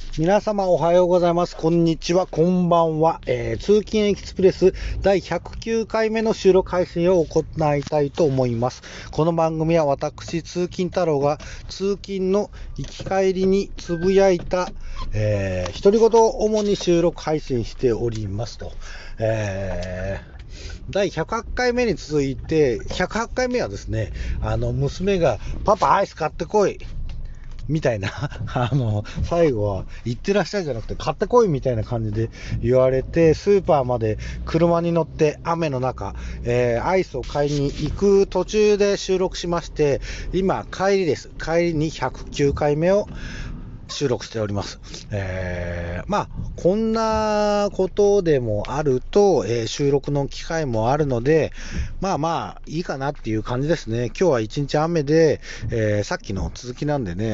皆様おはようございます。こんにちは。こんばんは。通勤エクスプレス第109回目の収録配信を行いたいと思います。この番組は私、通勤太郎が通勤の行き帰りにつぶやいた、独り言を主に収録配信しておりますと。第108回目に続いて、108回目はですね、娘がパパアイス買ってこいみたいな最後は行ってらっしゃいじゃなくて買ってこいみたいな感じで言われて、スーパーまで車に乗って雨の中、アイスを買いに行く途中で収録しまして、今帰りです。帰りに109回目を収録しております。こんなことでもあると、収録の機会もあるので、いいかなっていう感じですね。今日は一日雨で、さっきの続きなんでね、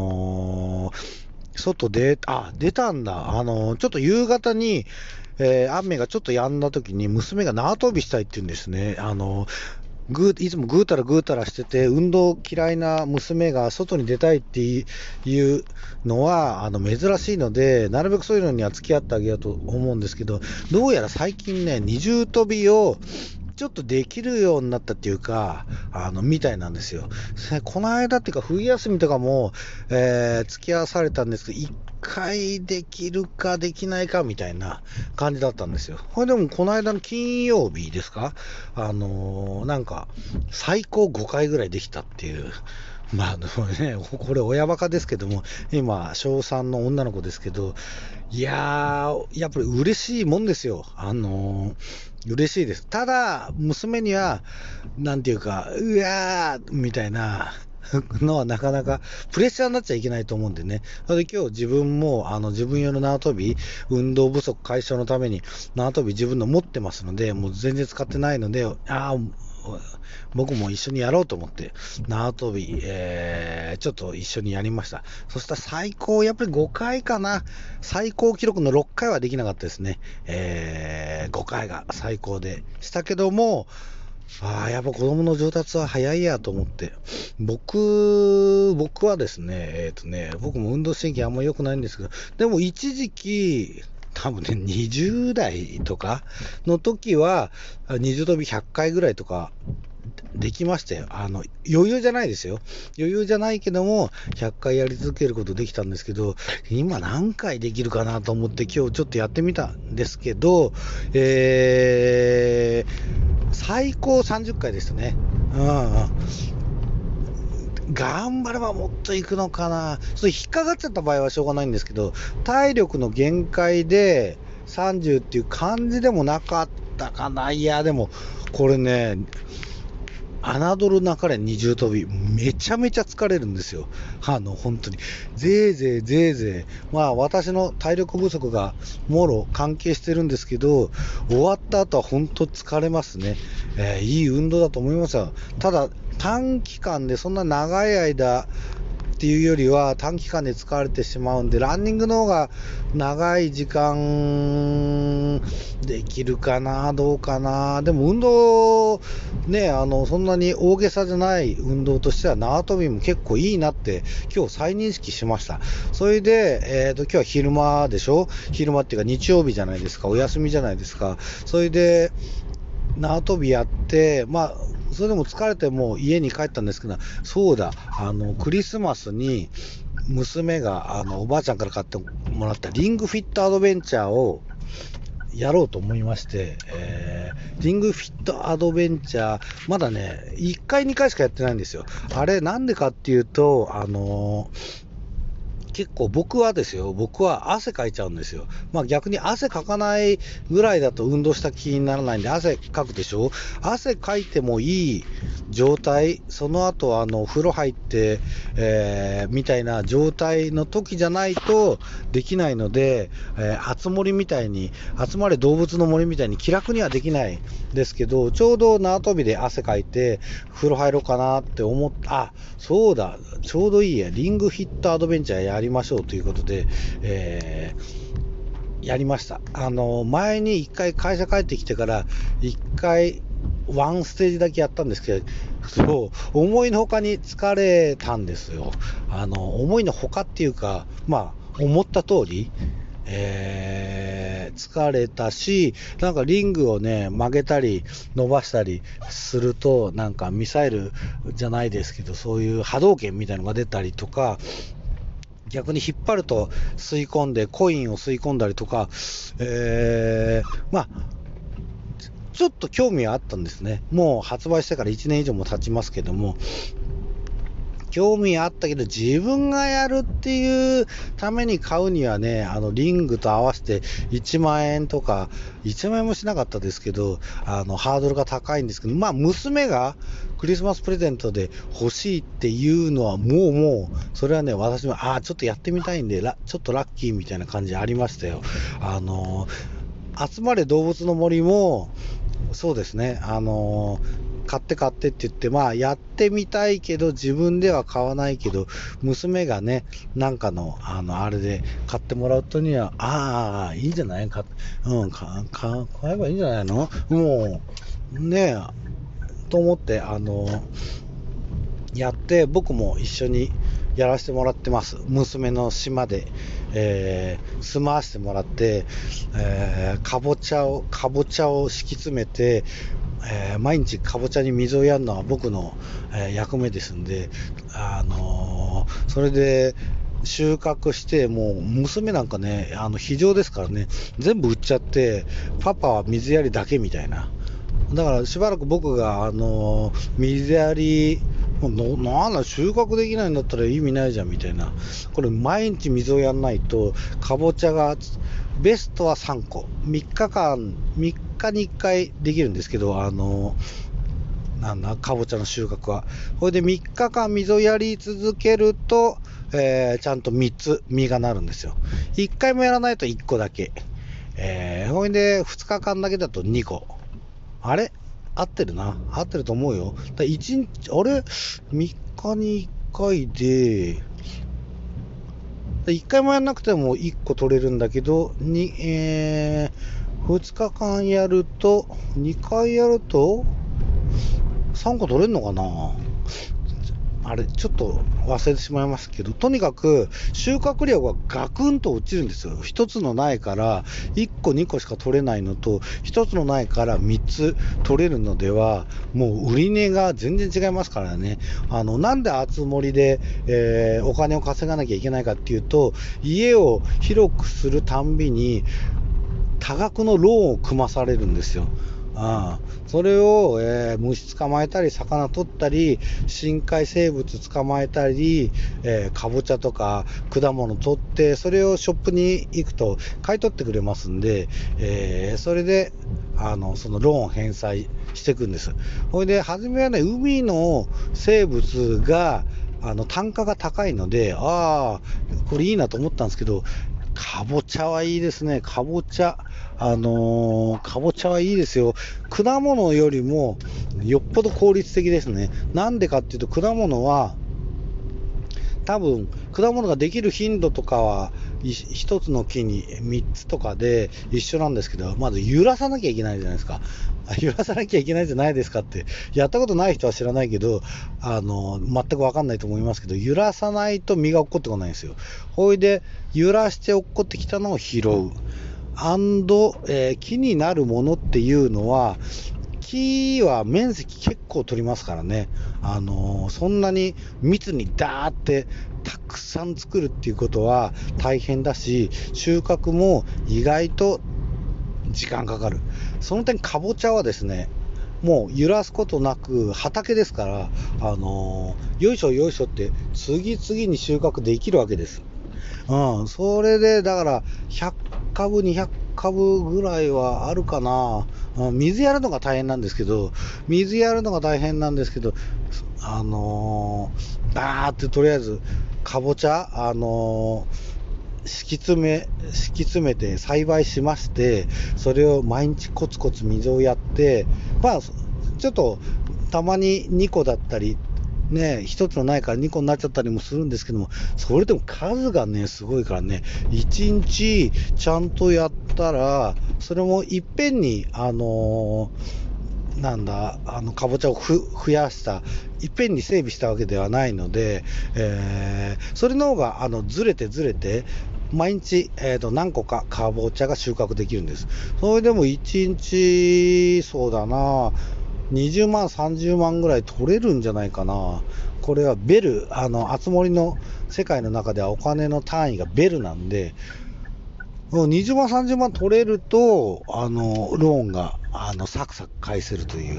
外で、出たんだ。ちょっと夕方に、雨がちょっと止んだ時に娘が縄跳びしたいって言うんですね。いつもぐうたらぐうたらしてて、運動嫌いな娘が外に出たいっていうのは珍しいので、なるべくそういうのには付き合ってあげようと思うんですけど、どうやら最近ね、二重跳びをちょっとできるようになったっていうか、みたいなんですよ。この間っていうか、冬休みとかも、付き合わされたんですけど、一回できるかできないかみたいな感じだったんですよ。これでも、この間の金曜日ですか、なんか、最高5回ぐらいできたっていう。これ親バカですけども、今、小3の女の子ですけど、いやー、やっぱり嬉しいもんですよ。嬉しいです。ただ、娘には、なんていうか、うわーみたいなのはなかなかプレッシャーになっちゃいけないと思うんでね。なので今日自分も、自分用の縄跳び、運動不足解消のために縄跳び自分の持ってますので、もう全然使ってないので、僕も一緒にやろうと思って、縄跳び、ちょっと一緒にやりました。そしたら最高、やっぱり5回かな。最高記録の6回はできなかったですね。5回が最高でしたけども、やっぱ子供の上達は早いやと思って。僕はですね、僕も運動神経あんま良くないんですけど、でも一時期、多分ね、20代とかの時は、二重跳び100回ぐらいとかできましたよ。余裕じゃないですよ。余裕じゃないけども、100回やり続けることできたんですけど、今何回できるかなと思って今日ちょっとやってみたんですけど、最高30回でしたね。頑張ればもっといくのかな。それ引っかかっちゃった場合はしょうがないんですけど、体力の限界で30っていう感じでもなかったかな。いや、でも、これね、侮るなかれ二重跳び、めちゃめちゃ疲れるんですよ。本当に。ぜいぜい。私の体力不足がもろ関係してるんですけど、終わった後は本当疲れますね。いい運動だと思いますよ。ただ、短期間でそんな長い間、っていうよりは短期間で疲れてしまうんで、ランニングの方が長い時間できるかな、どうかな。でも運動ね、そんなに大げさじゃない運動としては縄跳びも結構いいなって今日再認識しました。それで、今日は昼間でしょ。昼間っていうか日曜日じゃないですか、お休みじゃないですか。それで縄跳びやって、それでも疲れてもう家に帰ったんですけど、そうだ、クリスマスに娘がおばあちゃんから買ってもらったリングフィットアドベンチャーをやろうと思いまして、リングフィットアドベンチャー、まだね、1回2回しかやってないんですよ。あれ、なんでかっていうと、結構僕は汗かいちゃうんですよ。逆に汗かかないぐらいだと運動した気にならないんで、汗かくでしょ。汗かいてもいい状態、その後風呂入って、みたいな状態の時じゃないとできないので、集まれ動物の森みたいに気楽にはできないですけど、ちょうど縄跳びで汗かいて風呂入ろうかなって思って、そうだ、ちょうどいいや、リングフィットアドベンチャーやりましょうということで、やりました。前に一回会社帰ってきてから一回ワンステージだけやったんですけど、そう思いのほかに疲れたんですよ。思いのほかっていうか、 思った通り、疲れたし、なんかリングをね、曲げたり伸ばしたりすると、なんかミサイルじゃないですけど、そういう波動拳みたいなのが出たりとか、逆に引っ張ると吸い込んで、コインを吸い込んだりとか、まあ、ちょっと興味はあったんですね。もう発売してから1年以上も経ちますけども、興味あったけど、自分がやるっていうために買うにはね、リングと合わせて1万円とか、1万円もしなかったですけど、ハードルが高いんですけど、まあ、娘がクリスマスプレゼントで欲しいっていうのは、もう、それはね、私も、ちょっとやってみたいんで、ちょっとラッキーみたいな感じありましたよ。集まれ動物の森も、そうですね、買ってって言って、まあ、やってみたいけど、自分では買わないけど、娘がね、なんかの、あれで買ってもらうとには、いいじゃない買えばいいんじゃないのもう、ねと思って、やって、僕も一緒にやらせてもらってます。娘の島で、住まわせてもらって、かぼちゃを敷き詰めて、毎日かぼちゃに水をやるのは僕の、役目ですんで、それで収穫して、もう娘なんかね、非常ですからね、全部売っちゃって、パパは水やりだけみたいな。だからしばらく僕が、水やり、なんだ収穫できないんだったら意味ないじゃんみたいな。これ毎日水をやらないと、かぼちゃが、ベストは3個。3日に1回できるんですけど、かぼちゃの収穫は。これで3日間水をやり続けると、ちゃんと3つ実がなるんですよ。1回もやらないと1個だけ。これで2日間だけだと2個。あれ合ってると思うよ。1日、3日に1回で、1回もやらなくても1個取れるんだけど、2日間やると、2回やると、3個取れるのかなあれ、ちょっと忘れてしまいますけど、とにかく収穫量がガクンと落ちるんですよ。一つの苗から1個2個しか取れないのと、一つの苗から3つ取れるのでは、もう売り値が全然違いますからね。なんで熱盛で、お金を稼がなきゃいけないかっていうと、家を広くするたんびに多額のローンを組まされるんですよ。それを、虫捕まえたり魚取ったり深海生物捕まえたり、かぼちゃとか果物取ってそれをショップに行くと買い取ってくれますんで、それでそのローン返済していくんです。それで初めはね、海の生物が単価が高いので、これいいなと思ったんですけど、かぼちゃはいいですね。かぼちゃはいいですよ。果物よりもよっぽど効率的ですね。なんでかっていうと、果物は多分果物ができる頻度とかは一つの木に3つとかで一緒なんですけど、まず揺らさなきゃいけないじゃないですか。揺らさなきゃいけないじゃないですかって、やったことない人は知らないけど、全く分かんないと思いますけど、揺らさないと実が落っこってこないんですよ。ほいで揺らして落っこってきたのを拾う。木になるものっていうのは、木は面積結構取りますからね。そんなに密にダーってたくさん作るっていうことは大変だし、収穫も意外と時間かかる。その点かぼちゃはですね、もう揺らすことなく畑ですから、よいしょよいしょって次々に収穫できるわけです。それでだから100株200株ぐらいはあるかな。水やるのが大変なんですけど、バーってとりあえずかぼちゃ、敷き詰めて栽培しまして、それを毎日コツコツ水をやって、ちょっとたまに2個だったりね、1つの苗から2個になっちゃったりもするんですけども、それでも数がねすごいからね、1日ちゃんとやったら、それもいっぺんにかぼちゃを増やした、いっぺんに整備したわけではないので、それの方がずれて、毎日、何個かかぼちゃが収穫できるんです。それでも1日、そうだな、20万、30万ぐらい取れるんじゃないかな。これはベル、あつ森の世界の中ではお金の単位がベルなんで、20万、30万取れると、ローンが、サクサク返せるという、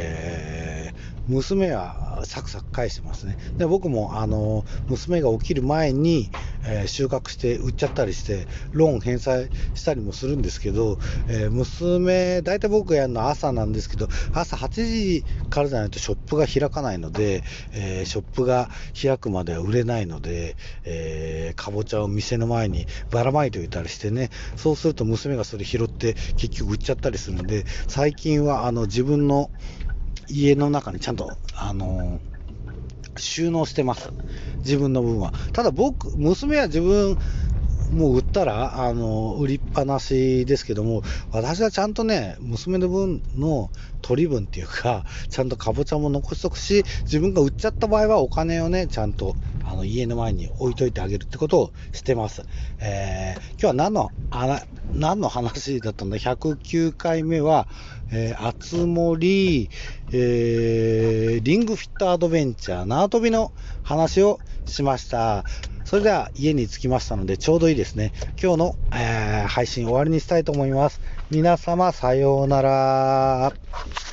娘はサクサク返してますね。で、僕も、娘が起きる前に、収穫して売っちゃったりして、ローン返済したりもするんですけど、大体僕がやるのは朝なんですけど、朝8時からじゃないとショップが開かないので、ショップが開くまでは売れないので、かぼちゃを店の前にばらまいておいたりしてね、そうすると娘がそれ拾って結局売っちゃったりするんで、最近は自分の家の中にちゃんと収納してます、自分の分は。ただ娘は自分もう売ったら売りっぱなしですけども、私はちゃんとね、娘の分の取り分っていうか、ちゃんとかぼちゃも残しとくし、自分が売っちゃった場合はお金をね、ちゃんと家の前に置いといてあげるってことをしてます。今日は何の話だったんだ。109回目は、あつ森、リングフィットアドベンチャー縄跳びの話をしました。それでは家に着きましたのでちょうどいいですね。今日の、配信終わりにしたいと思います。皆様さようなら。